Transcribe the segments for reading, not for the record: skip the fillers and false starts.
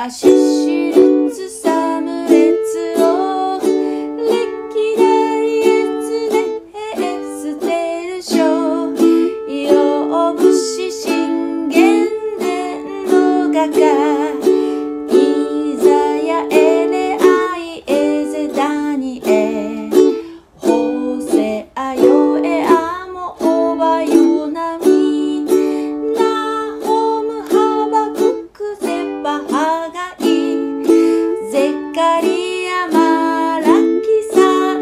足しるつさむれつを歴代越で捨てるしょよぶし信玄伝の画家イザヤエレアイエゼダニエホセアヨエアモオバヨナミナホムハバククゼバハガイゼカリアマラキ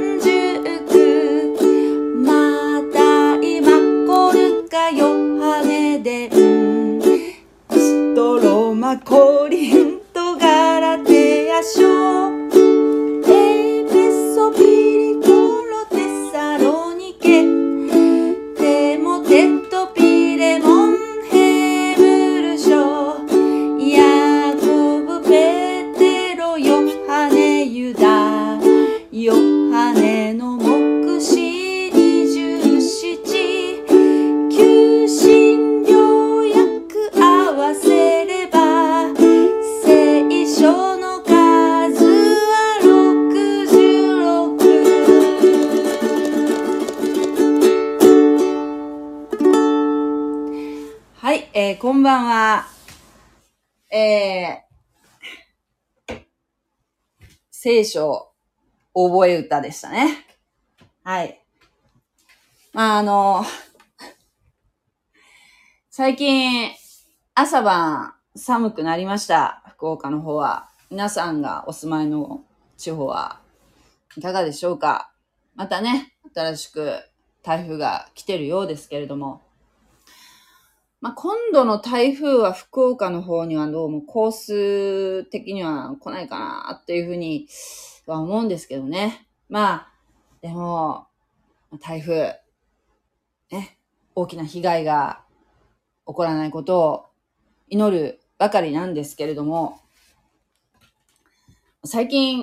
39マタイマコルカヨハネデンストロマコリントガラテヤショエペソピリコロテサロニケテモテトピレモンヘブルショヤコブペテロヨハネユダヨハネの目視27求心療薬合わせれば聖書の数は66はい、こんばんは。聖書覚え歌でしたね。はい。最近朝晩寒くなりました。福岡の方は。皆さんがお住まいの地方はいかがでしょうか。またね、新しく台風が来てるようですけれども。今度の台風は福岡の方にはどうもコース的には来ないかなっていうふうには思うんですけどね。でも、台風、ね、大きな被害が起こらないことを祈るばかりなんですけれども、最近、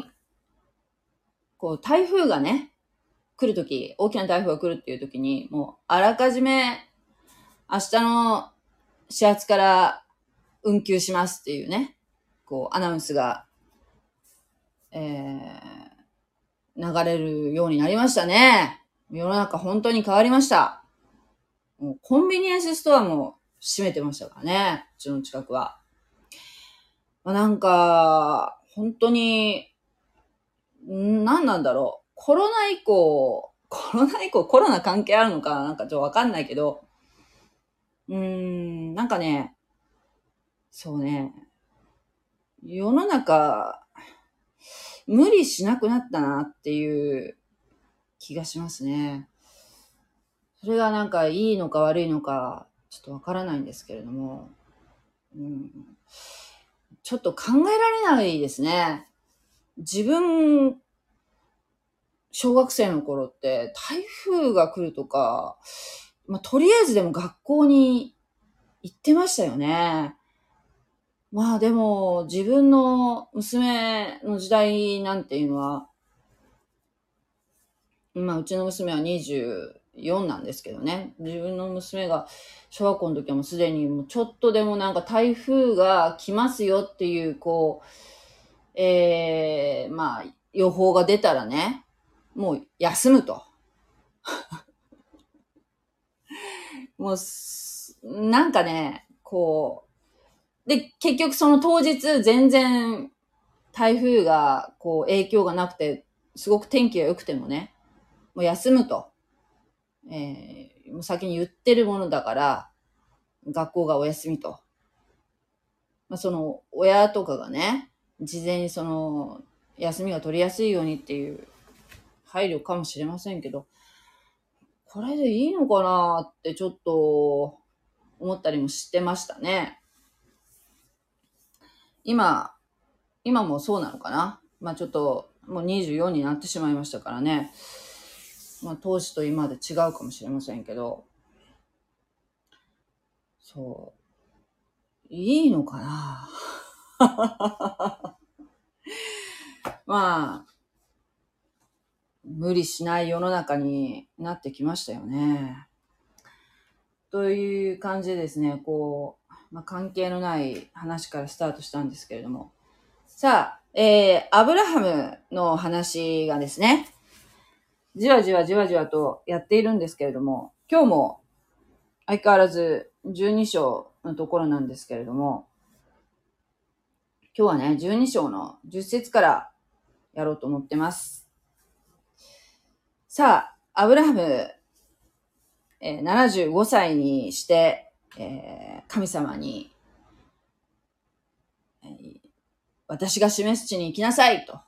台風がね、来るとき、大きな台風が来るっていうときに、もうあらかじめ明日の始発から運休しますっていうね、アナウンスが、流れるようになりましたね。世の中本当に変わりました。もうコンビニエンスストアも閉めてましたからね、うちの近くは。本当に、何なんだろう。コロナ以降、コロナ関係あるのかちょっとわかんないけど、そうね、世の中、無理しなくなったなっていう気がしますね。それがいいのか悪いのか、ちょっとわからないんですけれども、ちょっと考えられないですね。自分、小学生の頃って台風が来るとか、とりあえずでも学校に行ってましたよね。でも自分の娘の時代なんていうのは、うちの娘は24なんですけどね。自分の娘が小学校の時はもうすでにもうちょっとでも台風が来ますよっていう予報が出たらね、もう休むと。もうで、結局その当日全然台風が影響がなくて、すごく天気が良くてもね、もう休むと。もう先に言ってるものだから、学校がお休みと。その親とかがね、事前にその休みが取りやすいようにっていう配慮かもしれませんけど、これでいいのかなってちょっと思ったりもしてましたね。今もそうなのかな。ちょっともう24になってしまいましたからね。当時と今で違うかもしれませんけど、そう、いいのかな。無理しない世の中になってきましたよね。という感じでですね、関係のない話からスタートしたんですけれども、 さあ、アブラハムの話がですね、じわじわとやっているんですけれども、今日も相変わらず12章のところなんですけれども、今日はね、12章の10節からやろうと思ってます。さあ、アブラハム、75歳にして、神様に、私が示す地に行きなさいと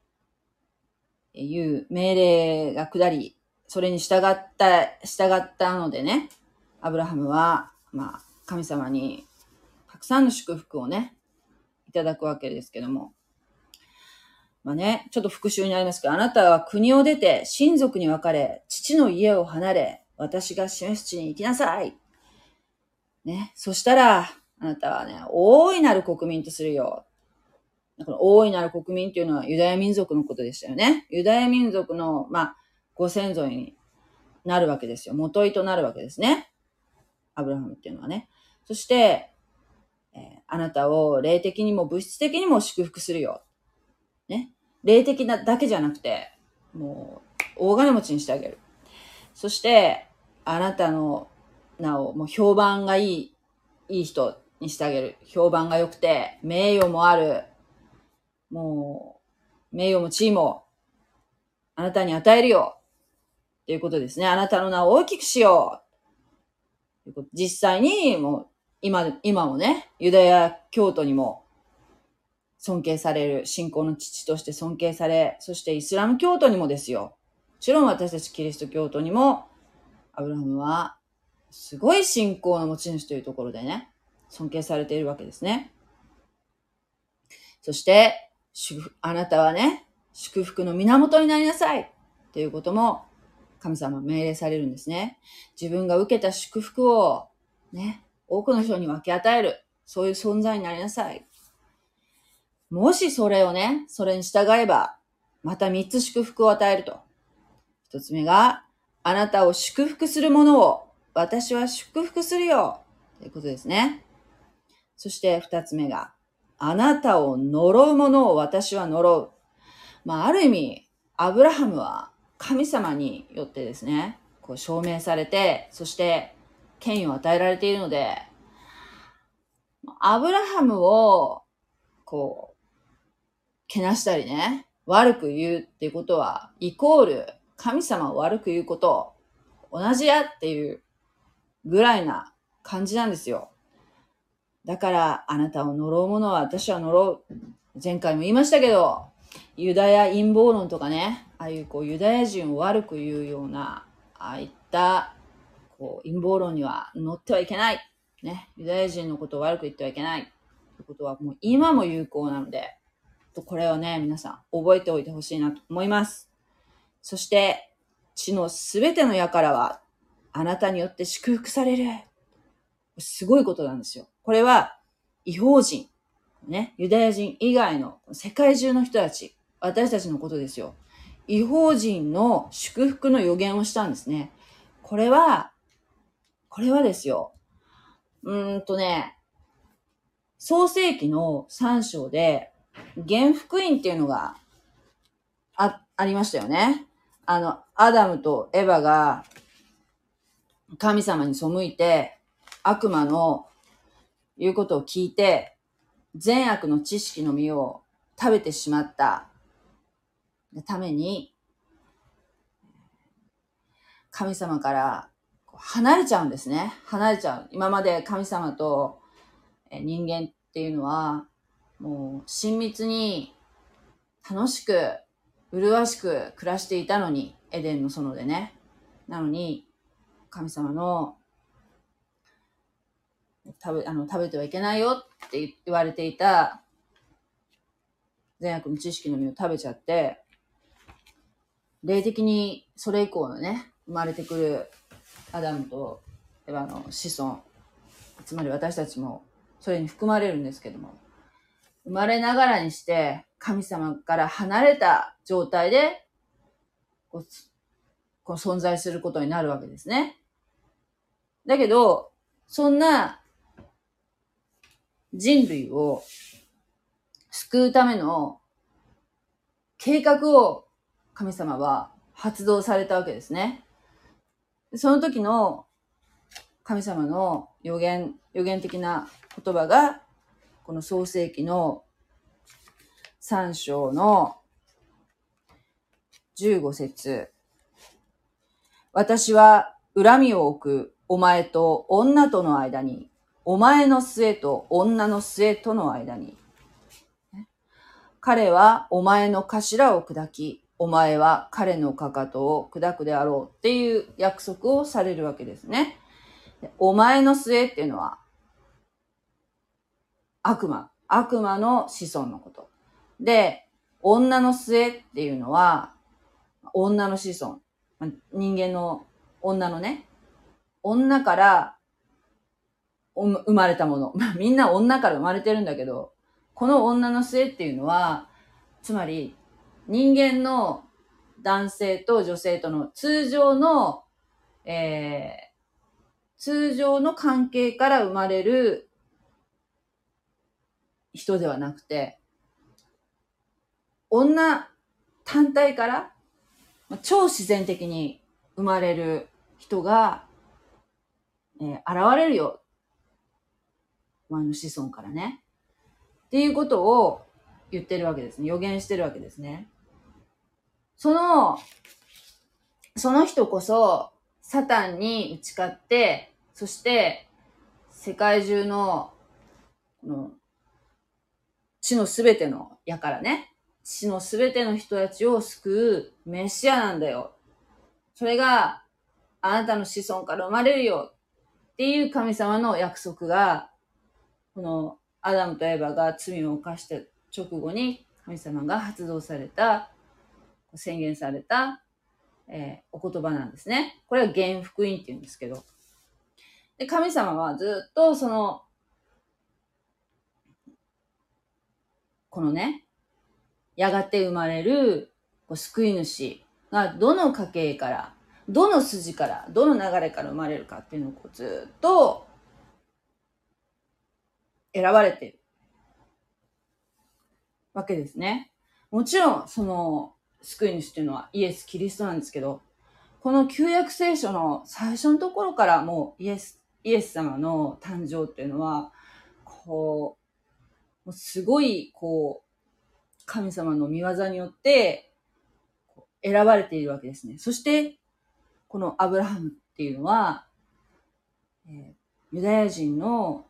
いう命令が下り、それに従ったのでね、アブラハムは、神様にたくさんの祝福をね、いただくわけですけども、ちょっと復習になりますけど、あなたは国を出て親族に別れ、父の家を離れ、私が示す地に行きなさい。ね、そしたら、あなたはね、大いなる国民とするよ。この大いなる国民っていうのはユダヤ民族のことでしたよね。ユダヤ民族の、ご先祖になるわけですよ。元井となるわけですね。アブラハムっていうのはね。そして、あなたを霊的にも物質的にも祝福するよ。ね。霊的なだけじゃなくて、もう、大金持ちにしてあげる。そして、あなたの名を、もう評判がいい人にしてあげる。評判が良くて、名誉もある。もう、名誉も地位も、あなたに与えるよ。っていうことですね。あなたの名を大きくしよう。実際に、もう、今もね、ユダヤ教徒にも尊敬される、信仰の父として尊敬され、そしてイスラム教徒にもですよ。もちろん私たちキリスト教徒にも、アブラハムは、すごい信仰の持ち主というところでね、尊敬されているわけですね。そして、あなたはね、祝福の源になりなさいということも神様は命令されるんですね。自分が受けた祝福をね、多くの人に分け与える、そういう存在になりなさい。もしそれに従えば、また3つ祝福を与えると。1つ目が、あなたを祝福するものを私は祝福するよということですね。そして2つ目が、あなたを呪うものを私は呪う。ある意味、アブラハムは神様によってですね、こう証明されて、そして権威を与えられているので、アブラハムをこう、けなしたりね、悪く言うっていうことは、イコール神様を悪く言うこと同じやっていうぐらいな感じなんですよ。だからあなたを呪うものは私は呪う。前回も言いましたけど、ユダヤ陰謀論とかね、ああいうユダヤ人を悪く言うような、ああいった陰謀論には乗ってはいけない。ね、ユダヤ人のことを悪く言ってはいけない。ということはもう今も有効なので、これをね、皆さん覚えておいてほしいなと思います。そして、地のすべての輩はあなたによって祝福される。すごいことなんですよ。これは異邦人、ね、ユダヤ人以外の世界中の人たち、私たちのことですよ。異邦人の祝福の予言をしたんですね。これはですよ。創世記の3章で、原福音っていうのがありましたよね。アダムとエヴァが神様に背いて、悪魔の言うことを聞いて、善悪の知識の実を食べてしまったために、神様から離れちゃうんですね。離れちゃう。今まで神様と人間っていうのは、もう親密に楽しく、麗しく暮らしていたのに、エデンの園でね。なのに、神様の食べてはいけないよって言われていた善悪の知識の実を食べちゃって、霊的にそれ以降のね、生まれてくるアダムとエヴァの子孫、つまり私たちもそれに含まれるんですけども、生まれながらにして神様から離れた状態でこう存在することになるわけですね。だけど、そんな人類を救うための計画を神様は発動されたわけですね。その時の神様の予言的な言葉が、この創世記の3章の15節。私は恨みを置くお前と女との間に、お前の末と女の末との間に。彼はお前の頭を砕き、お前は彼のかかとを砕くであろうっていう約束をされるわけですね。お前の末っていうのは悪魔の子孫のこと。で、女の末っていうのは女の子孫。人間の女のね、女から生まれたもの。みんな女から生まれてるんだけど、この女の末っていうのは、つまり人間の男性と女性との通常の関係から生まれる人ではなくて、女単体から超自然的に生まれる人が、現れるよ。お前の子孫からね。っていうことを言ってるわけですね。予言してるわけですね。その人こそサタンに打ち勝って、そして世界中の地のすべての輩ね、地のすべての人たちを救うメシアなんだよ。それがあなたの子孫から生まれるよっていう神様の約束が、このアダムとエバが罪を犯した直後に神様が発動された、宣言された、お言葉なんですね。これは原福音って言うんですけど。で、神様はずっとこのね、やがて生まれる救い主がどの家系から、どの筋から、どの流れから生まれるかっていうのをずっと選ばれているわけですね。もちろん、救い主っていうのはイエス・キリストなんですけど、この旧約聖書の最初のところからもうイエス様の誕生っていうのは、もうすごい、神様の御業によって選ばれているわけですね。そして、このアブラハムっていうのは、ユダヤ人の、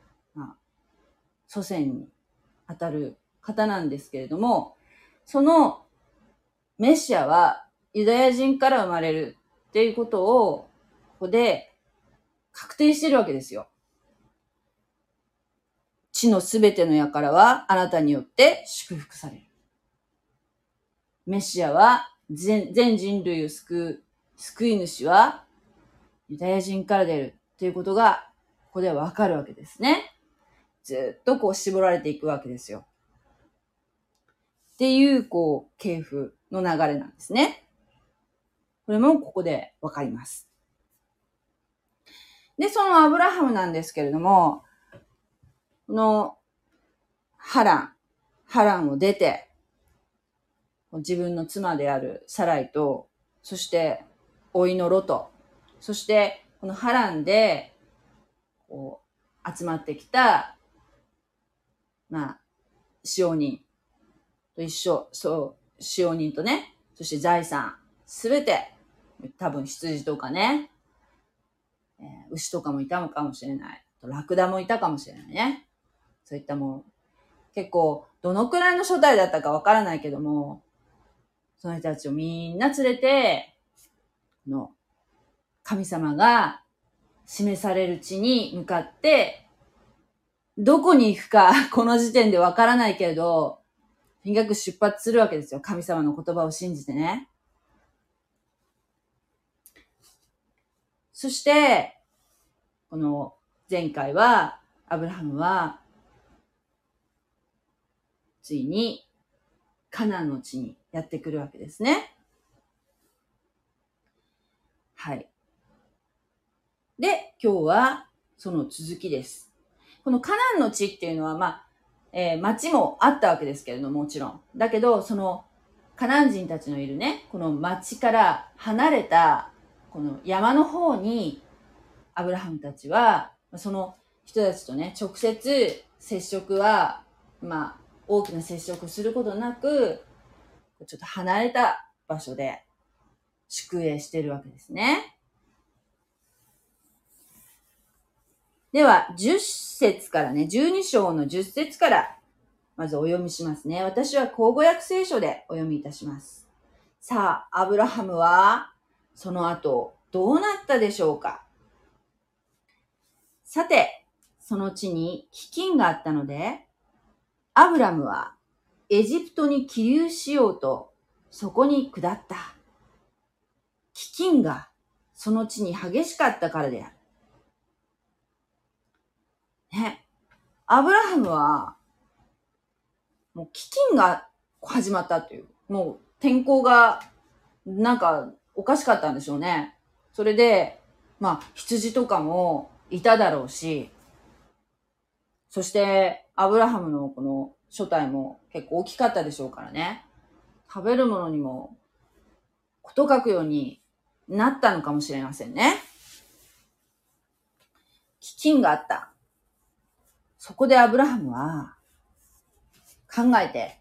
祖先にあたる方なんですけれども、そのメシアはユダヤ人から生まれるっていうことを、ここで確定してるわけですよ。地のすべての輩はあなたによって祝福される。メシアは全人類を救い主はユダヤ人から出るということがここでわかるわけですね。ずっと絞られていくわけですよ。っていう系譜の流れなんですね。これもここでわかります。で、そのアブラハムなんですけれども、このハランを出て、自分の妻であるサライと、そして甥のロト、そしてこのハランで集まってきた使用人と一緒、使用人とね、そして財産、すべて、多分羊とかね、牛とかもいたのかもしれない。ラクダもいたかもしれないね。そういったもの。結構、どのくらいの初代だったかわからないけども、その人たちをみんな連れて、神様が示される地に向かって、どこに行くか、この時点でわからないけれど、とにかく出発するわけですよ。神様の言葉を信じてね。そして、この前回は、アブラハムは、ついにカナンの地にやってくるわけですね。はい。で、今日はその続きです。このカナンの地っていうのは、 町もあったわけですけれども、もちろん。だけど、その、カナン人たちのいるね、この町から離れた、この山の方に、アブラハムたちは、その人たちとね、直接接触は、大きな接触することなく、ちょっと離れた場所で宿営しているわけですね。では、10節からね、12章の10節からまずお読みしますね。私は口語訳聖書でお読みいたします。さあ、アブラハムはその後どうなったでしょうか。さて、その地に飢饉があったので、アブラムはエジプトに起立しようとそこに下った。飢饉がその地に激しかったからである。ね。アブラハムはもう飢饉が始まったという。もう天候がなんかおかしかったんでしょうね。それで、羊とかもいただろうし、そしてアブラハムのこの初代も結構大きかったでしょうからね。食べるものにもこと書くようになったのかもしれませんね。飢饉があった。そこでアブラハムは考えて、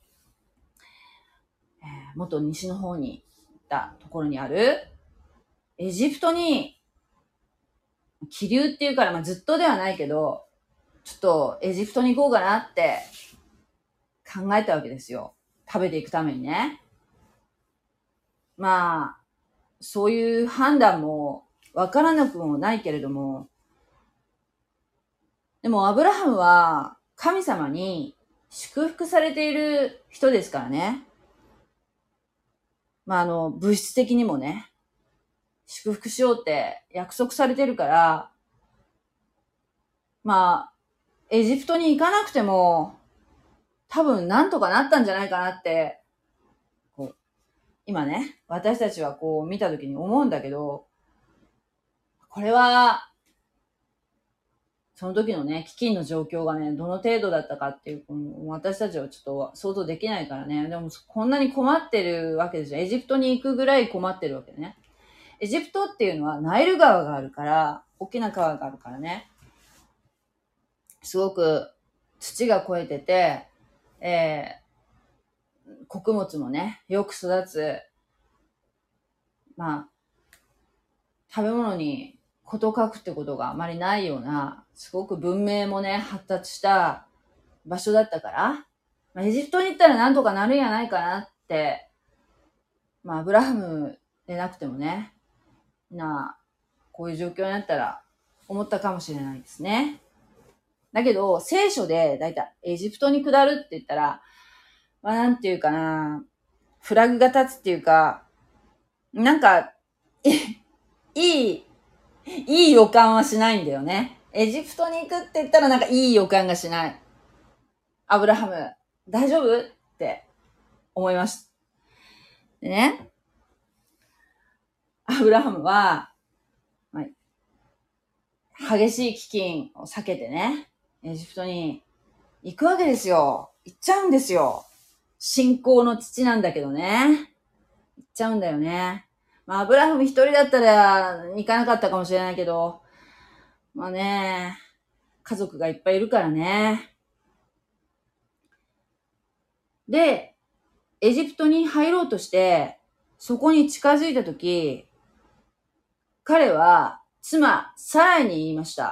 もっと西の方に行ったところにあるエジプトに気流っていうから、ずっとではないけど、ちょっとエジプトに行こうかなって考えたわけですよ。食べていくためにね。そういう判断もわからなくもないけれども、でもアブラハムは神様に祝福されている人ですからね。物質的にもね、祝福しようって約束されてるから、エジプトに行かなくても、多分なんとかなったんじゃないかなって、今ね、私たちは見たときに思うんだけど、これは、その時のね、飢饉の状況がね、どの程度だったかっていう、私たちはちょっと想像できないからね。でも、こんなに困ってるわけですよ。エジプトに行くぐらい困ってるわけね。エジプトっていうのはナイル川があるから、大きな川があるからね。すごく土が肥えてて、穀物もね、よく育つ。食べ物に事欠くってことがあまりないような、すごく文明もね、発達した場所だったから、エジプトに行ったらなんとかなるんやないかなって、アブラハムでなくてもね、こういう状況になったら思ったかもしれないですね。だけど、聖書でだいたいエジプトに下るって言ったら、なんていうかな、フラグが立つっていうか、なんか、いい予感はしないんだよね。エジプトに行くって言ったらなんかいい予感がしない。アブラハム、大丈夫って思いました。でね、アブラハムは、激しい飢饉を避けてね、エジプトに行くわけですよ。行っちゃうんですよ。信仰の父なんだけどね。行っちゃうんだよね。アブラハム一人だったら行かなかったかもしれないけど、家族がいっぱいいるからね。で、エジプトに入ろうとして、そこに近づいたとき、彼は妻サライに言いました。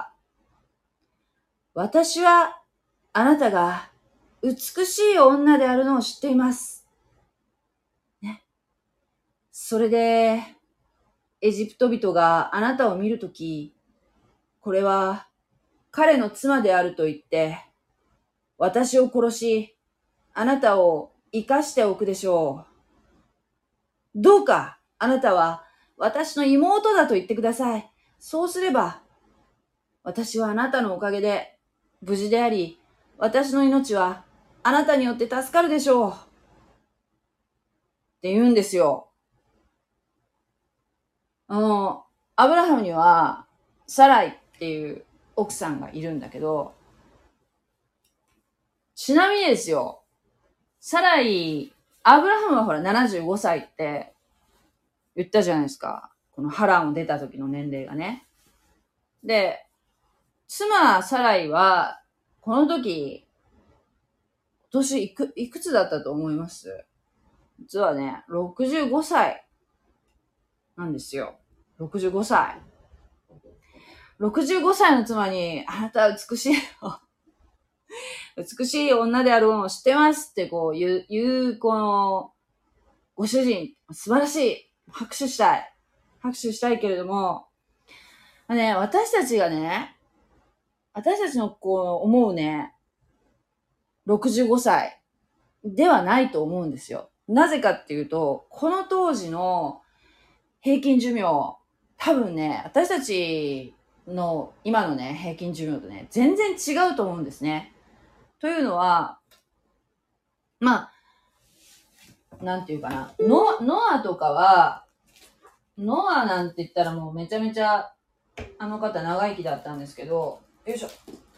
私はあなたが美しい女であるのを知っています。ね。それで、エジプト人があなたを見るとき、これは彼の妻であると言って、私を殺し、あなたを生かしておくでしょう。どうかあなたは私の妹だと言ってください。そうすれば、私はあなたのおかげで無事であり、私の命はあなたによって助かるでしょう。って言うんですよ。アブラハムにはサライっていう奥さんがいるんだけど、 ちなみにですよ、アブラハムはほら75歳って言ったじゃないですか。このハランを出た時の年齢がね。で、妻サライは、この時、今年いくつだったと思います？実はね、65歳なんですよ。65歳。65歳の妻に、あなたは美しいよ。美しい女であるのを知ってますってこう言う、この、ご主人、素晴らしい。拍手したい。拍手したいけれども、ね、私たちのこう思うね、65歳ではないと思うんですよ。なぜかっていうと、この当時の平均寿命、多分ね、私たちの今のね、平均寿命とね、全然違うと思うんですね。というのは、まあ、なんていうかな、ノアとかは、ノアなんて言ったらもうめちゃめちゃ、あの方長生きだったんですけど、よいしょ。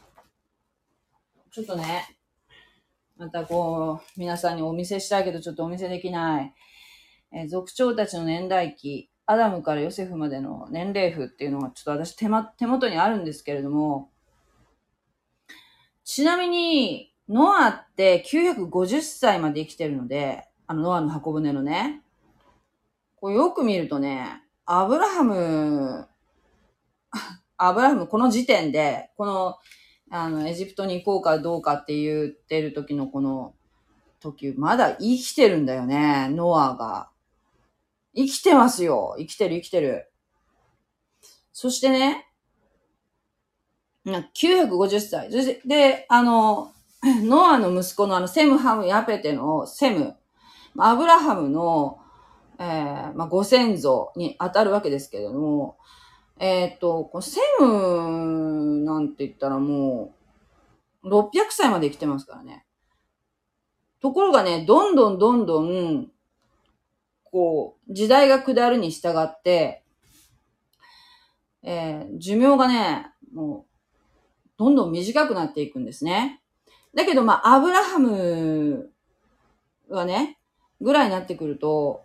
ちょっとね、またこう、皆さんにお見せしたいけど、ちょっとお見せできない。族長たちの年代記、アダムからヨセフまでの年齢譜っていうのがちょっと私手元にあるんですけれども、ちなみに、ノアって950歳まで生きてるので、ノアの箱舟のね、こうよく見るとね、アブラハム、この時点で、この、エジプトに行こうかどうかって言ってる時のこの時、まだ生きてるんだよね、ノアが。生きてますよ。生きてる。そしてね、950歳。で、ノアの息子のセム、ハム、ヤペテのセム、アブラハムの、ご先祖に当たるわけですけれども、セムなんて言ったらもう、600歳まで生きてますからね。ところがね、どんどん、こう、時代が下るに従って、寿命がね、もう、どんどん短くなっていくんですね。だけど、アブラハムはね、ぐらいになってくると、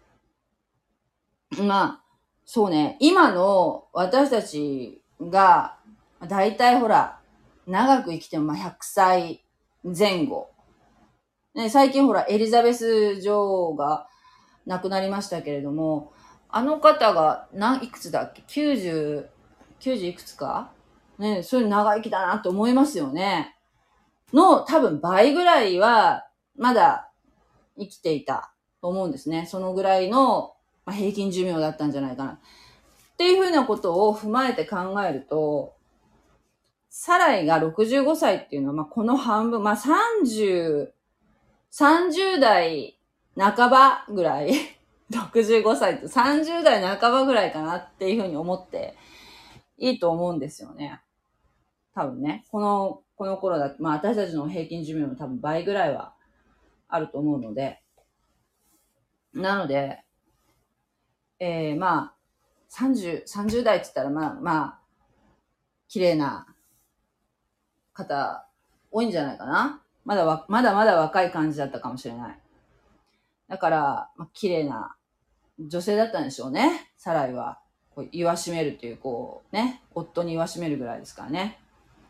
そうね、今の私たちが、だいたいほら、長く生きても100歳前後。ね、最近ほら、エリザベス女王が亡くなりましたけれども、あの方がいくつだっけ ?90 いくつかね、そういう長生きだなと思いますよね。の多分倍ぐらいはまだ生きていたと思うんですね。そのぐらいの平均寿命だったんじゃないかな。っていうふうなことを踏まえて考えると、サライが65歳っていうのは、この半分、30代半ばぐらい、65歳って30代半ばぐらいかなっていうふうに思っていいと思うんですよね。多分ね、この頃だと、私たちの平均寿命の多分倍ぐらいはあると思うので、なので、30代って言ったら、綺麗な方多いんじゃないかな。まだ若い感じだったかもしれない。だから、綺麗な女性だったんでしょうね。サライは。こう言わしめるという、こうね、夫に言わしめるぐらいですからね。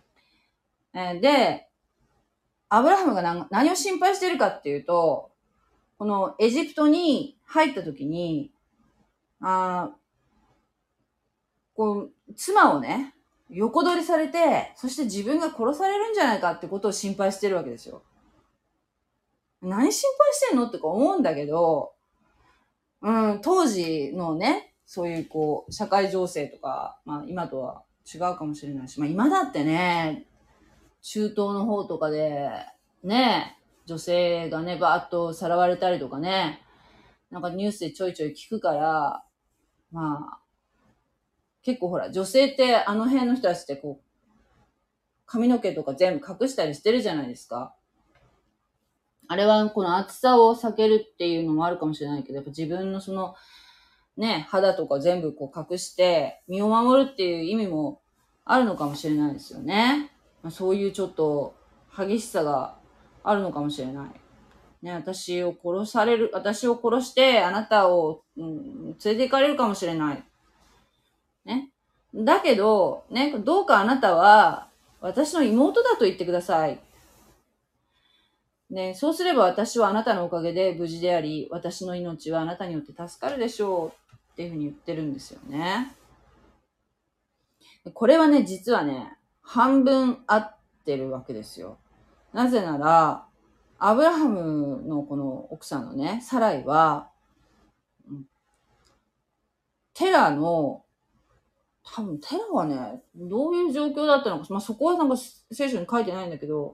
で、アブラハムが何を心配しているかっていうと、このエジプトに入った時に、妻をね、横取りされて、そして自分が殺されるんじゃないかってことを心配してるわけですよ。何心配してんのって思うんだけど、当時のね、そういう社会情勢とか、今とは違うかもしれないし、今だってね、中東の方とかで、ね、女性がね、バーッとさらわれたりとかね、なんかニュースでちょいちょい聞くから、結構ほら、女性ってあの辺の人たちって髪の毛とか全部隠したりしてるじゃないですか。あれはこの暑さを避けるっていうのもあるかもしれないけど、やっぱ自分のその、ね、肌とか全部隠して身を守るっていう意味もあるのかもしれないですよね。そういうちょっと激しさがあるのかもしれない。ね、私を殺してあなたを、連れて行かれるかもしれない。ね。だけど、ね、どうかあなたは私の妹だと言ってください。ね、そうすれば私はあなたのおかげで無事であり、私の命はあなたによって助かるでしょうっていうふうに言ってるんですよね。これはね、実はね、半分合ってるわけですよ。なぜなら、アブラハムのこの奥さんのね、サライは、テラの、多分テラはね、どういう状況だったのか、そこはなんか聖書に書いてないんだけど、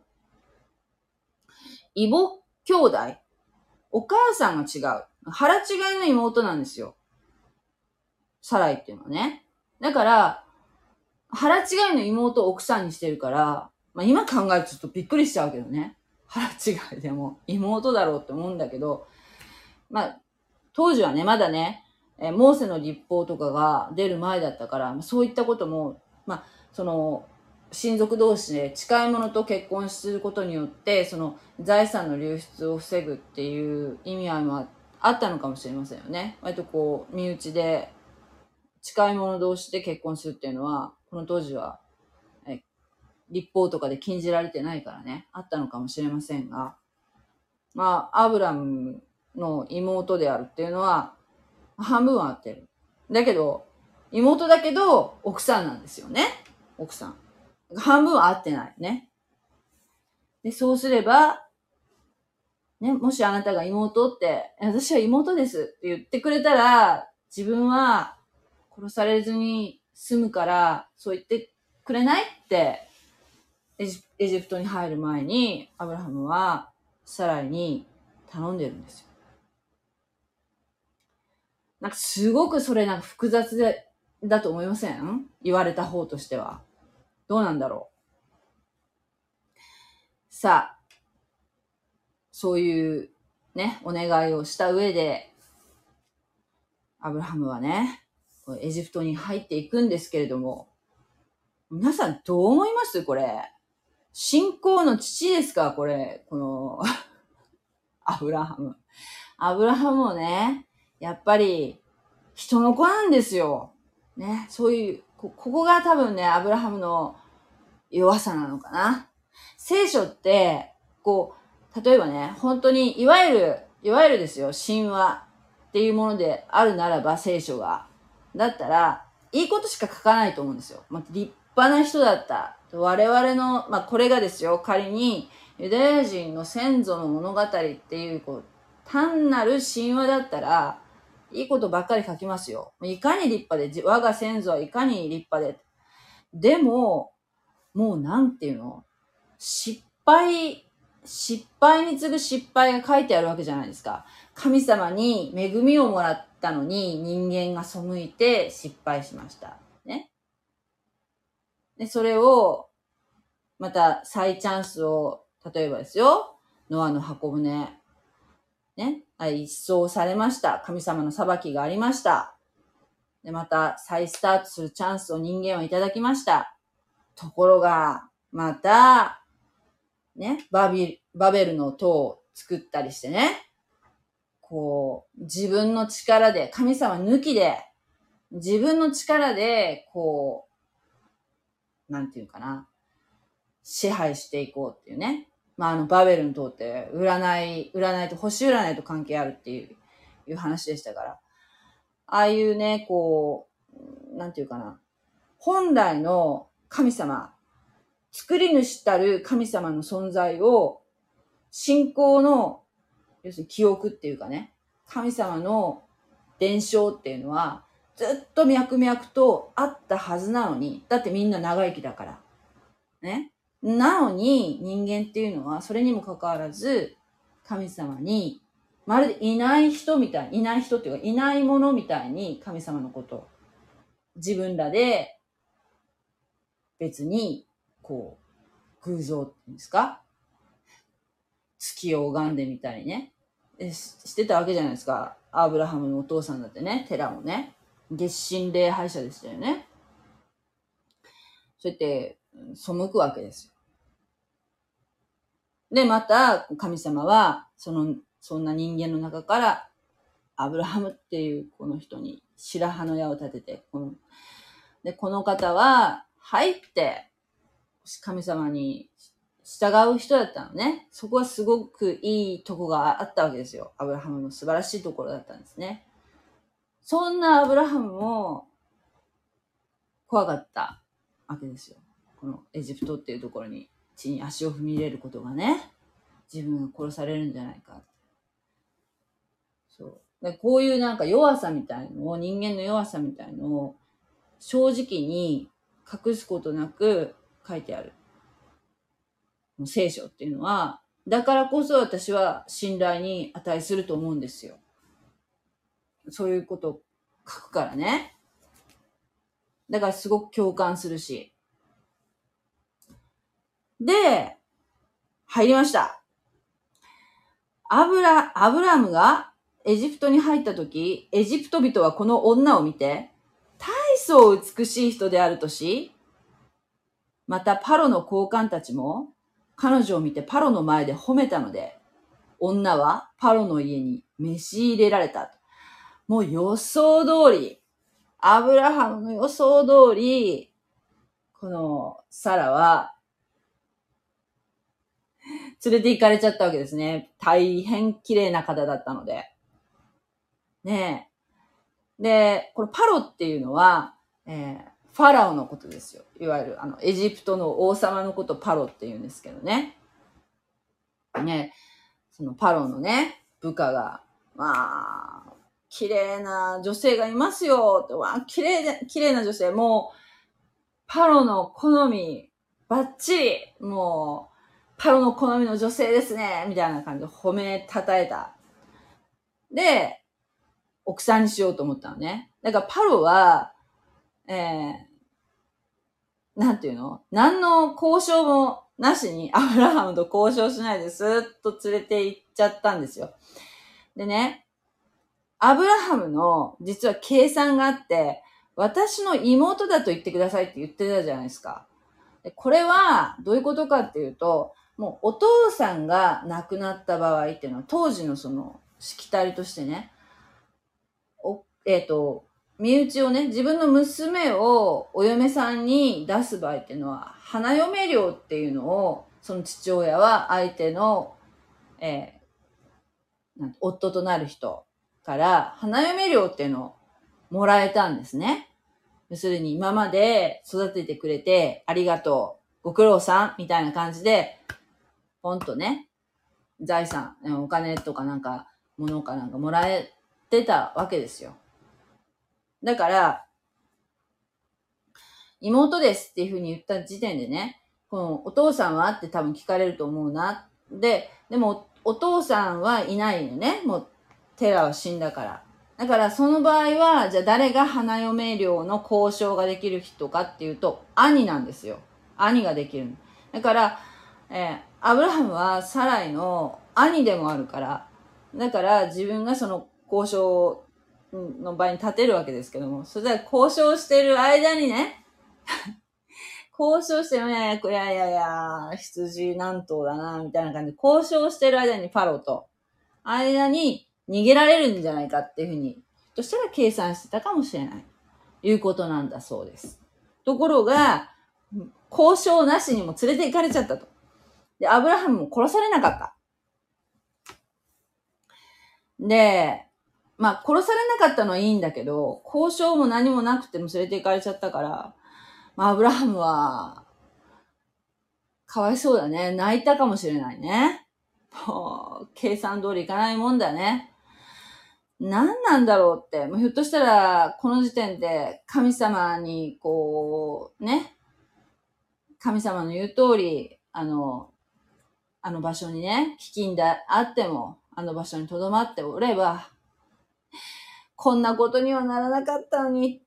異母兄弟、お母さんが違う。腹違いの妹なんですよ。サライっていうのはね。だから、腹違いの妹を奥さんにしてるから、今考えるとちょっとびっくりしちゃうけどね。腹違いでも妹だろうって思うんだけど、当時はね、まだね、モーセの律法とかが出る前だったから、そういったことも、親族同士で近い者と結婚することによって、財産の流出を防ぐっていう意味合いもあったのかもしれませんよね。割と身内で、近い者同士で結婚するっていうのは、この当時は、律法とかで禁じられてないからね、あったのかもしれませんが、アブラムの妹であるっていうのは、半分は合ってる。だけど、妹だけど、奥さんなんですよね。奥さん。半分は合ってないね。で、そうすれば、ね、もしあなたが妹って、私は妹ですって言ってくれたら、自分は殺されずに済むから、そう言ってくれないってエジプトに入る前にアブラハムはサライに頼んでるんですよ。なんかすごくそれなんか複雑だと思いません？言われた方としては。どうなんだろう。さあ、そういうね、お願いをした上で、アブラハムはね、エジプトに入っていくんですけれども、皆さんどう思いますこれ。信仰の父ですかこれ。このアブラハム。アブラハムもね、やっぱり人の子なんですよ。ね、そういう、ここが多分ね、アブラハムの弱さなのかな。聖書って、例えばね、本当に、いわゆるですよ、神話っていうものであるならば、聖書が。だったら、いいことしか書かないと思うんですよ。立派な人だった。我々の、これがですよ、仮に、ユダヤ人の先祖の物語っていう、単なる神話だったら、いいことばっかり書きますよ。いかに立派で、我が先祖はいかに立派で。でも、もうなんていうの？失敗に次ぐ失敗が書いてあるわけじゃないですか。神様に恵みをもらったのに人間が背いて失敗しました。ね。で、それを、また再チャンスを、例えばですよ、ノアの箱舟、ね、一掃されました。神様の裁きがありました。で、また再スタートするチャンスを人間はいただきました。ところが、また、ね、バベルの塔を作ったりしてね、自分の力で、神様抜きで、自分の力で、なんていうかな、支配していこうっていうね。バベルの塔って、占いと、星占いと関係あるっていう話でしたから。ああいうね、なんていうかな、本来の神様、作り主たる神様の存在を、信仰の、要するに記憶っていうかね、神様の伝承っていうのは、ずっと脈々とあったはずなのに、だってみんな長生きだから。ね。なのに、人間っていうのは、それにもかかわらず、神様に、まるでいない人っていうか、いないものみたいに神様のことを、自分らで、別に、偶像っていうんですか？月を拝んでみたりね。してたわけじゃないですか。アブラハムのお父さんだってね、テラもね、月神礼拝者でしたよね。そうやって背くわけですよ。 で、また、神様は、そんな人間の中から、アブラハムっていうこの人に白羽の矢を立てて、この方は、入って、神様に従う人だったのね。そこはすごくいいとこがあったわけですよ。アブラハムの素晴らしいところだったんですね。そんなアブラハムも怖かったわけですよ。このエジプトっていうところに地に足を踏み入れることがね、自分が殺されるんじゃないか。そう。でこういうなんか弱さみたいのを、人間の弱さみたいのを正直に隠すことなく書いてある。聖書っていうのは、だからこそ私は信頼に値すると思うんですよ。そういうことを書くからね。だからすごく共感するし。で、入りました。アブラムがエジプトに入ったとき、エジプト人はこの女を見て、大層美しい人であるとし、またパロの高官たちも彼女を見てパロの前で褒めたので、女はパロの家に召し入れられた。もう予想通り、アブラハムの予想通り、このサラは連れて行かれちゃったわけですね。大変綺麗な方だったので。ねえ。で、このパロっていうのは、ファラオのことですよ。いわゆるエジプトの王様のことパロって言うんですけどね。ね、そのパロのね、部下が、まあ、綺麗な女性がいますよって、わあ、綺麗な女性、もう、パロの好み、バッチリ、もう、パロの好みの女性ですね、みたいな感じで褒めたたえた。で、奥さんにしようと思ったのね。だからパロは、なんていうの？何の交渉もなしにアブラハムと交渉しないでスーッと連れて行っちゃったんですよ。でね、アブラハムの実は計算があって、私の妹だと言ってくださいって言ってたじゃないですか。でこれはどういうことかっていうと、もうお父さんが亡くなった場合っていうのは当時のそのしきたりとしてね、身内をね、自分の娘をお嫁さんに出す場合っていうのは、花嫁料っていうのを、その父親は相手の、夫となる人から花嫁料っていうのをもらえたんですね。要するに今まで育ててくれてありがとう、ご苦労さんみたいな感じで、ポンとね、財産、お金とかなんか、物かなんかもらえてたわけですよ。だから、妹ですっていう風に言った時点でね、このお父さんはって多分聞かれると思うな。でもお父さんはいないよね。もうテラは死んだから。だからその場合は、じゃあ誰が花嫁料の交渉ができる人かっていうと、兄なんですよ。兄ができる。だから、アブラハムはサライの兄でもあるから、だから自分がその交渉の場に立てるわけですけども、それで交渉してる間にね、交渉してるね、いや、羊何頭だな、みたいな感じで、交渉してる間にパロと、間に逃げられるんじゃないかっていうふうに、としたら計算してたかもしれない。いうことなんだそうです。ところが、交渉なしにも連れて行かれちゃったと。で、アブラハムも殺されなかった。で、まあ、殺されなかったのはいいんだけど、交渉も何もなくても連れて行かれちゃったから、まあ、アブラハムは、かわいそうだね。泣いたかもしれないね。計算通りいかないもんだね。何なんだろうって。もうひょっとしたら、この時点で神様に、ね、神様の言う通り、あの場所にね、飢饉であっても、あの場所に留まっておれば、こんなことにはならなかったのにって、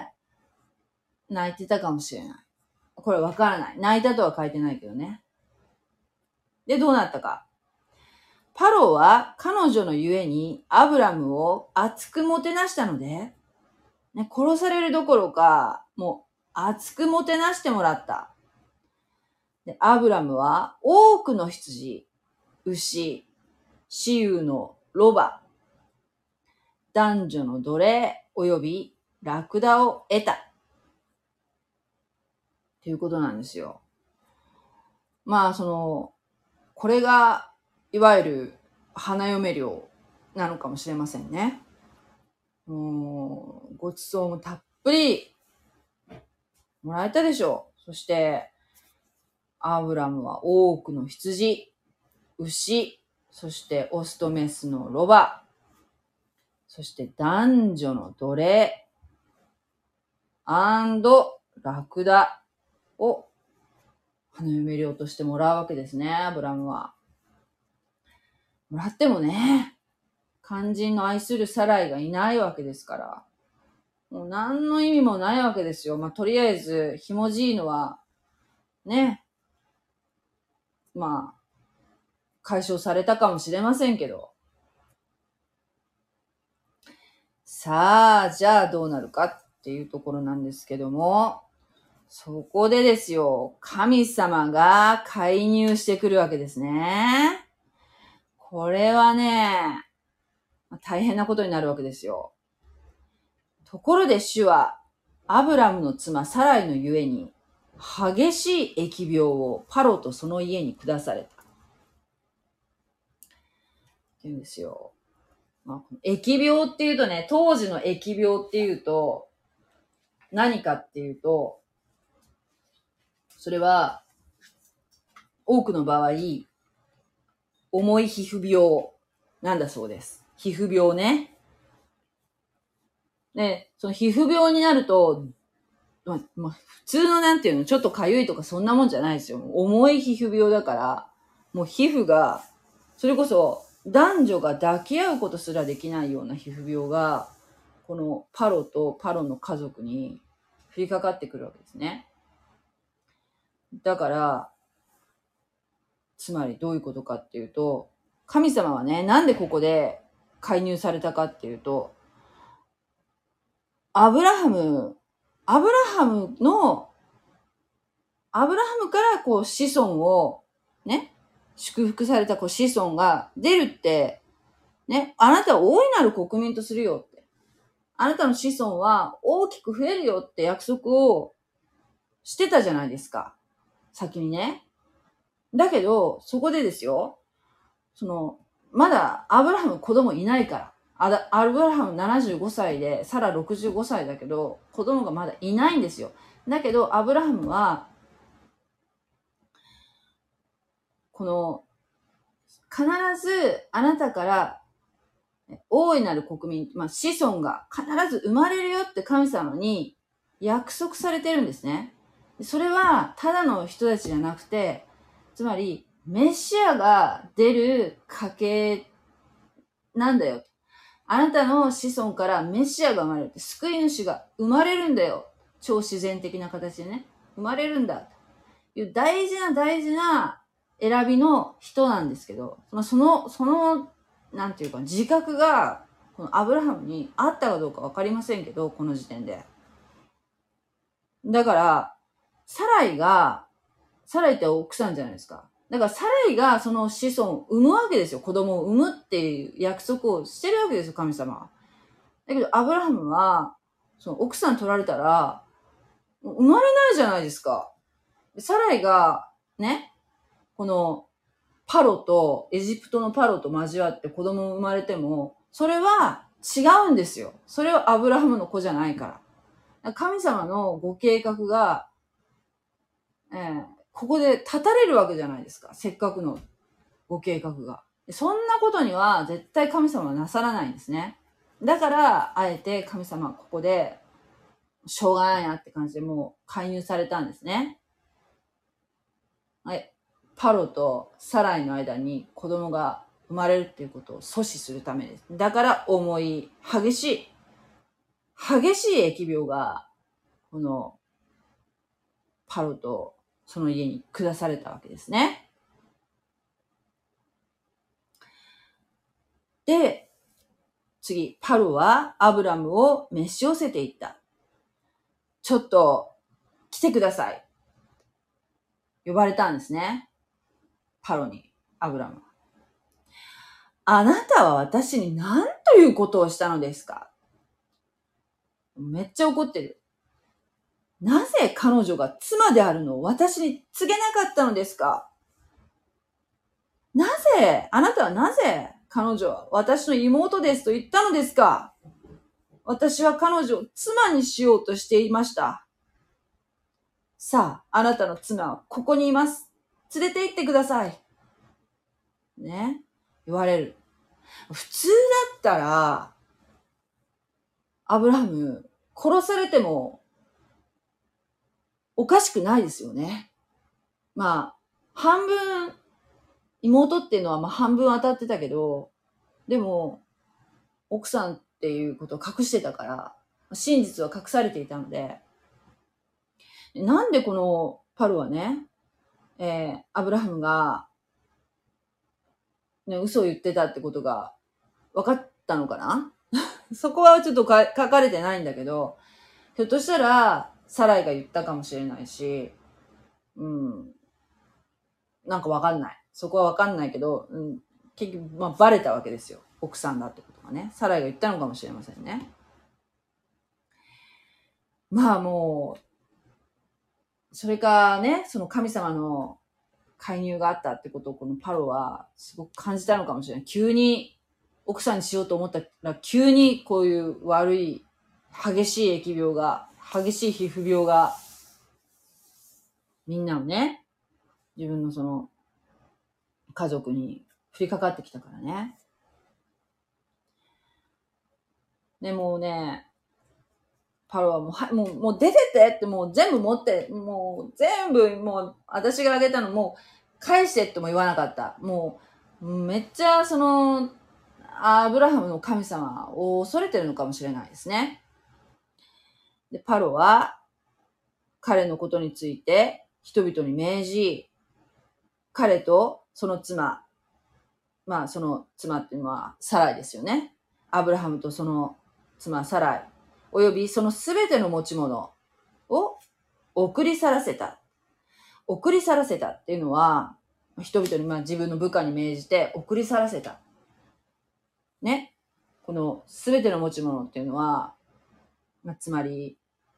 泣いてたかもしれない。これわからない。泣いたとは書いてないけどね。で、どうなったか。パロは彼女のゆえにアブラムを熱くもてなしたので、ね、殺されるどころか、もう熱くもてなしてもらった。 で、アブラムは多くの羊、牛、雌雄のロバ、男女の奴隷及びラクダを得た。ということなんですよ。まあ、これが、いわゆる花嫁料なのかもしれませんね。ごちそうもたっぷりもらえたでしょう。そして、アブラムは多くの羊、牛、そしてオスとメスのロバ、そして男女の奴隷、ラクダを花嫁料としてもらうわけですね、アブラムは。もらってもね、肝心の愛するサライがいないわけですから、もう何の意味もないわけですよ。まあ、とりあえず、ひもじいのは、ね、まあ、解消されたかもしれませんけど。さあ、じゃあどうなるかっていうところなんですけども、そこでですよ、神様が介入してくるわけですね。これはね、大変なことになるわけですよ。ところで主は、アブラムの妻サライのゆえに、激しい疫病をパロとその家に下された。って言うんですよ。まあ、疫病っていうとね、当時の疫病っていうと、何かっていうと、それは、多くの場合、重い皮膚病なんだそうです。皮膚病ね。で、その皮膚病になると、普通のなんていうの、ちょっと痒いとかそんなもんじゃないですよ。重い皮膚病だから、もう皮膚が、それこそ男女が抱き合うことすらできないような皮膚病が、このパロとパロの家族に降りかかってくるわけですね。だから、つまりどういうことかっていうと、神様はね、なんでここで介入されたかっていうと、アブラハムからこう子孫をね、祝福されたこう子孫が出るって、ね、あなたを大いなる国民とするよって。あなたの子孫は大きく増えるよって約束をしてたじゃないですか。先にね。だけど、そこでですよ、まだアブラハム子供いないから。アブラハム75歳で、サラ65歳だけど、子供がまだいないんですよ。だけど、アブラハムは、必ずあなたから大いなる国民、子孫が必ず生まれるよって神様に約束されてるんですね。それはただの人たちじゃなくて、つまりメシアが出る家系なんだよ。あなたの子孫からメシアが生まれる。救い主が生まれるんだよ。超自然的な形でね。生まれるんだ。という大事な選びの人なんですけど、そのなんていうか、自覚が、このアブラハムにあったかどうかわかりませんけど、この時点で。だから、サライって奥さんじゃないですか。だからサライがその子孫を産むわけですよ。子供を産むっていう約束をしてるわけですよ、神様は。だけど、アブラハムは、その奥さん取られたら、生まれないじゃないですか。サライが、ね、この、エジプトのパロと交わって子供生まれても、それは違うんですよ。それはアブラハムの子じゃないから。神様のご計画が、ここで立たれるわけじゃないですか。せっかくのご計画が。そんなことには絶対神様はなさらないんですね。だから、あえて神様はここで、しょうがないなって感じでもう介入されたんですね。はい。パロとサライの間に子供が生まれるっていうことを阻止するためです。だから激しい疫病が、このパロとその家に下されたわけですね。で、次、パロはアブラムを召し寄せていった。ちょっと来てください。 呼ばれたんですね。パロに、アブラム。あなたは私に何ということをしたのですか？めっちゃ怒ってる。なぜ彼女が妻であるのを私に告げなかったのですか？あなたはなぜ彼女は私の妹ですと言ったのですか？私は彼女を妻にしようとしていました。さあ、あなたの妻はここにいます。連れて行ってください。ね。言われる。普通だったら、アブラハム、殺されてもおかしくないですよね。まあ、半分、妹っていうのは半分当たってたけど、でも、奥さんっていうことを隠してたから、真実は隠されていたので、なんでこのパルはね、アブラハムが、ね、嘘を言ってたってことが分かったのかなそこはちょっと書かれてないんだけど、ひょっとしたら、サライが言ったかもしれないし、なんか分かんない。そこは分かんないけど、結局、バレたわけですよ。奥さんだってことがね。サライが言ったのかもしれませんね。もう、それかね、その神様の介入があったってことをこのパロはすごく感じたのかもしれない。急に奥さんにしようと思ったら、急にこういう悪い、激しい疫病が、激しい皮膚病が、みんなをね、自分のその家族に降りかかってきたからね。でもうね、パロはもう出てってってもう全部持って、もう全部もう私があげたのもう返してっても言わなかった。もうめっちゃそのアブラハムの神様を恐れてるのかもしれないですね。で、パロは彼のことについて人々に命じ、彼とその妻、その妻っていうのはサライですよね。アブラハムとその妻サライ、およびそのすべての持ち物を送り去らせた。送り去らせたっていうのは、人々に自分の部下に命じて送り去らせた。ね。このすべての持ち物っていうのは、つまり、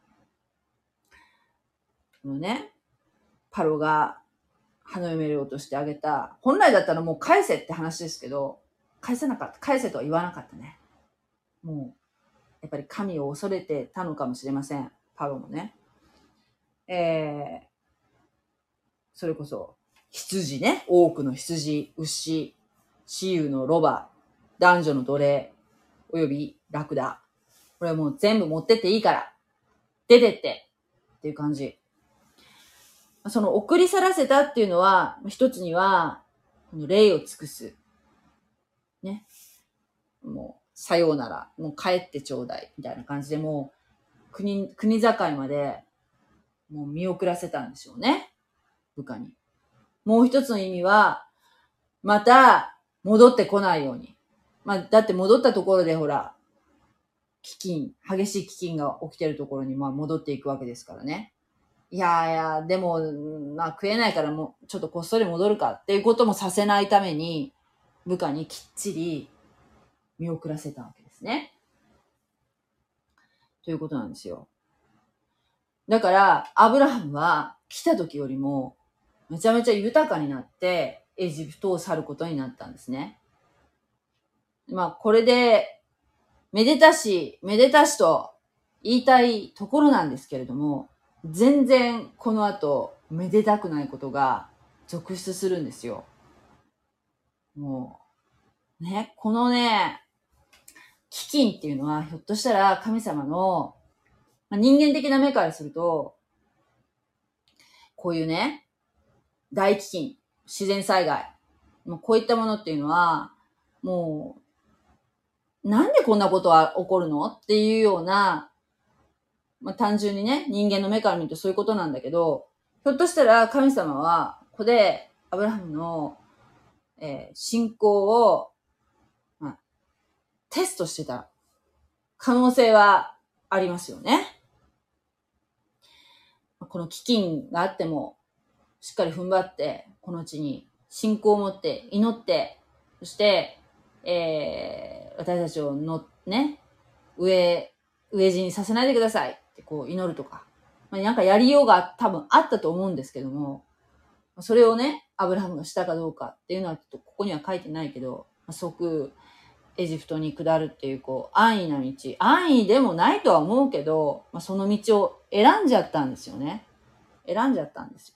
このね、パロが花嫁料としてあげた、本来だったらもう返せって話ですけど、返せなかった。返せとは言わなかったね。もう、やっぱり神を恐れてたのかもしれません。パロもね。それこそ、羊ね。多くの羊、牛、雌雄のロバ、男女の奴隷、およびラクダ。これはもう全部持ってっていいから、出てってっていう感じ。その送り去らせたっていうのは、一つには、礼を尽くす。ね。もう、さようなら、もう帰ってちょうだい、みたいな感じで、もう、国境まで、もう見送らせたんでしょうね。部下に。もう一つの意味は、また、戻ってこないように。だって戻ったところでほら、激しい飢饉が起きてるところに戻っていくわけですからね。いや、でも、食えないからもう、ちょっとこっそり戻るかっていうこともさせないために、部下にきっちり見送らせたわけですね。ということなんですよ。だから、アブラハムは来た時よりも、めちゃめちゃ豊かになって、エジプトを去ることになったんですね。これで、めでたしと言いたいところなんですけれども、全然この後、めでたくないことが続出するんですよ。もう、ね、このね、飢饉っていうのは、ひょっとしたら神様の、人間的な目からすると、こういうね、大飢饉、自然災害、こういったものっていうのは、もう、なんでこんなことは起こるのっていうような、単純にね、人間の目から見るとそういうことなんだけど、ひょっとしたら神様は、ここでアブラハムの、信仰を、テストしてた可能性はありますよね。この飢饉があっても、 しっかり踏ん張って、この地に信仰を持って祈って、そして、私たちをね、飢え死にさせないでくださいってこう祈るとか、なんかやりようが多分あったと思うんですけども、それをね、アブラハムがしたかどうかっていうのはちょっとここには書いてないけど、即エジプトに下るっていう安易な道、安易でもないとは思うけど、その道を選んじゃったんですよね。選んじゃったんですよ。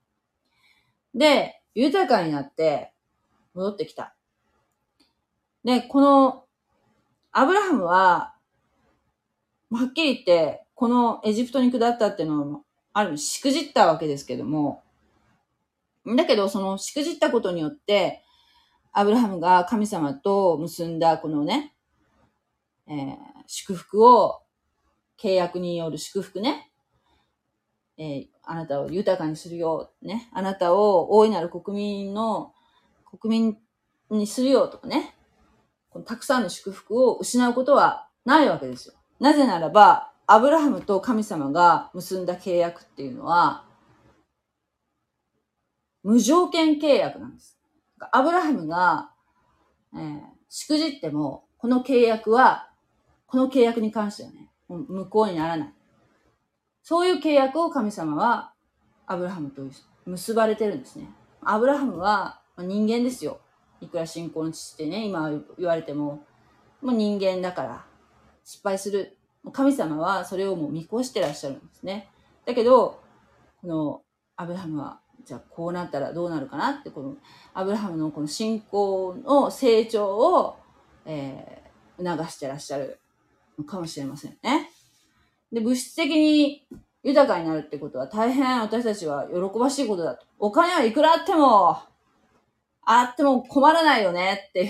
で、豊かになって戻ってきた。で、このアブラハムは、はっきり言って、このエジプトに下ったっていうのは、ある意味しくじったわけですけども、だけどそのしくじったことによって、アブラハムが神様と結んだこのね、祝福を、契約による祝福ね、あなたを豊かにするよ、ね、あなたを大いなる国民にするよとかね、このたくさんの祝福を失うことはないわけですよ。なぜならば、アブラハムと神様が結んだ契約っていうのは、無条件契約なんです。アブラハムが、しくじっても、この契約に関してはね、無効にならない。そういう契約を神様はアブラハムと結ばれてるんですね。アブラハムは人間ですよ。いくら信仰の父ってね、今言われても、もう人間だから失敗する。神様はそれをもう見越してらっしゃるんですね。だけど、このアブラハムは、じゃあこうなったらどうなるかなって、このアブラハムのこの信仰の成長を、促してらっしゃるのかもしれませんね。で、物質的に豊かになるってことは大変私たちは喜ばしいことだと。お金はいくらあっても困らないよねって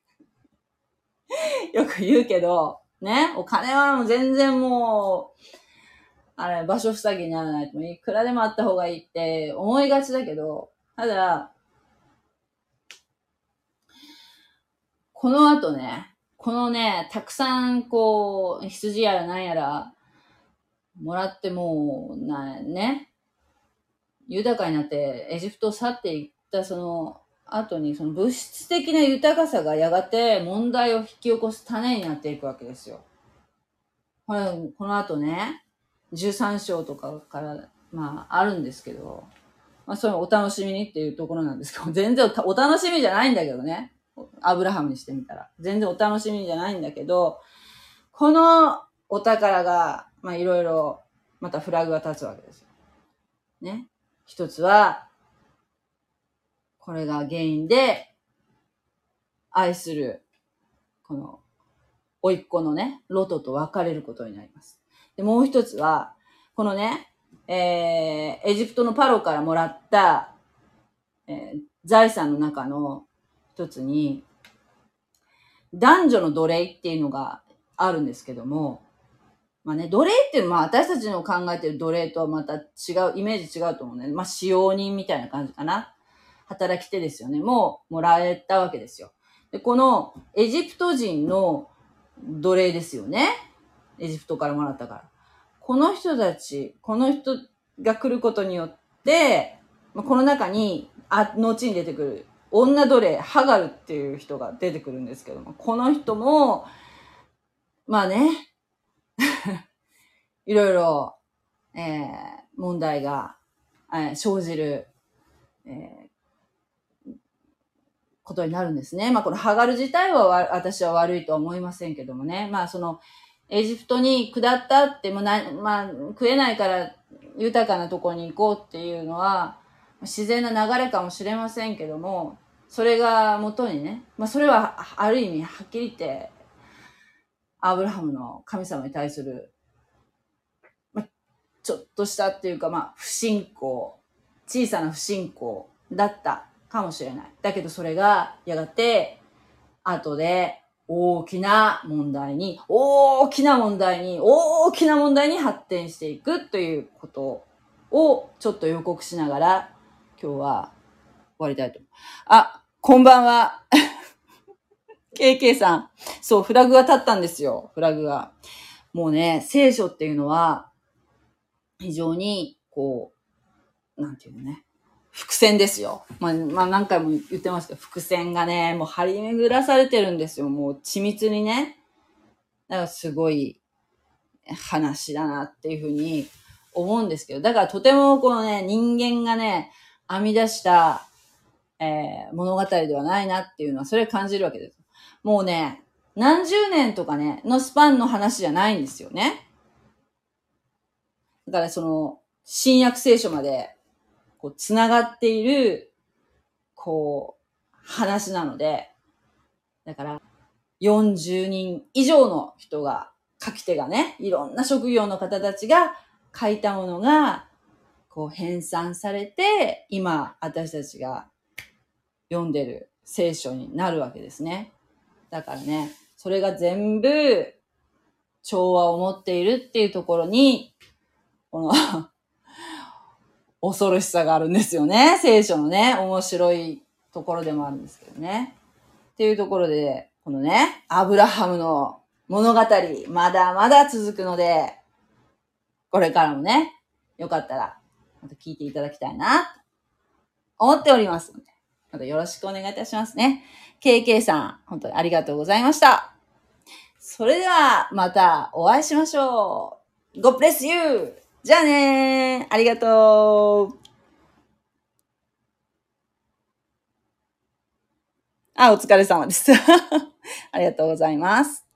よく言うけど、ね、お金はもう全然もう、場所塞ぎにならないといくらでもあった方がいいって思いがちだけど、ただ、この後ね、たくさん羊やら何やら、もらってもね、豊かになってエジプトを去っていったその後に、その物質的な豊かさがやがて問題を引き起こす種になっていくわけですよ。この後ね、13章とかからあるんですけど、それお楽しみにっていうところなんですけど、全然お楽しみじゃないんだけどね。アブラハムにしてみたら全然お楽しみじゃないんだけど、このお宝がいろいろまたフラグが立つわけですよね。一つはこれが原因で愛するこの甥っ子のね、ロトと別れることになります。で、もう一つはこのね、エジプトのパロからもらった、財産の中の一つに男女の奴隷っていうのがあるんですけども、奴隷っていうのは私たちの考えている奴隷とはまた違う、イメージ違うと思うね。使用人みたいな感じかな。働き手ですよね。もらえたわけですよ。で、このエジプト人の奴隷ですよね。エジプトからもらったから。この人が来ることによって、この中に、後に出てくる女奴隷、ハガルっていう人が出てくるんですけども、この人も、いろいろ、問題が、生じる、ことになるんですね。このハガル自体は私は悪いとは思いませんけどもね。その、エジプトに下ったって食えないから豊かなところに行こうっていうのは、自然な流れかもしれませんけども、それが元にね、それはある意味はっきり言って、アブラハムの神様に対する、ちょっとしたっていうか、不信仰、小さな不信仰だったかもしれない。だけどそれがやがて、後で大きな問題に発展していくということをちょっと予告しながら、今日は終わりたいと思う。こんばんは。KK さん。そう、フラグが立ったんですよ。フラグが。もうね、聖書っていうのは、非常に、なんていうのね。 伏線ですよ。まあ何回も言ってますけど、伏線がね、もう張り巡らされてるんですよ。もう緻密にね。だからすごい話だなっていうふうに思うんですけど、だからとてもこのね、人間がね、編み出した、物語ではないなっていうのは、それを感じるわけです。もうね、何十年とかね、のスパンの話じゃないんですよね。だからその、新約聖書まで、こう、つながっている、こう、話なので、だから、40人以上の人が、書き手がね、いろんな職業の方たちが書いたものが、こう編纂されて、今、私たちが読んでる聖書になるわけですね。だからね、それが全部、調和を持っているっていうところに、この恐ろしさがあるんですよね。聖書のね、面白いところでもあるんですけどね。っていうところで、このね、アブラハムの物語、まだまだ続くので、これからもね、よかったら、また聞いていただきたいな、と思っておりますので、またよろしくお願いいたしますね。KK さん、本当にありがとうございました。それでは、またお会いしましょう。God bless you! じゃあねー。ありがとう。お疲れ様です。ありがとうございます。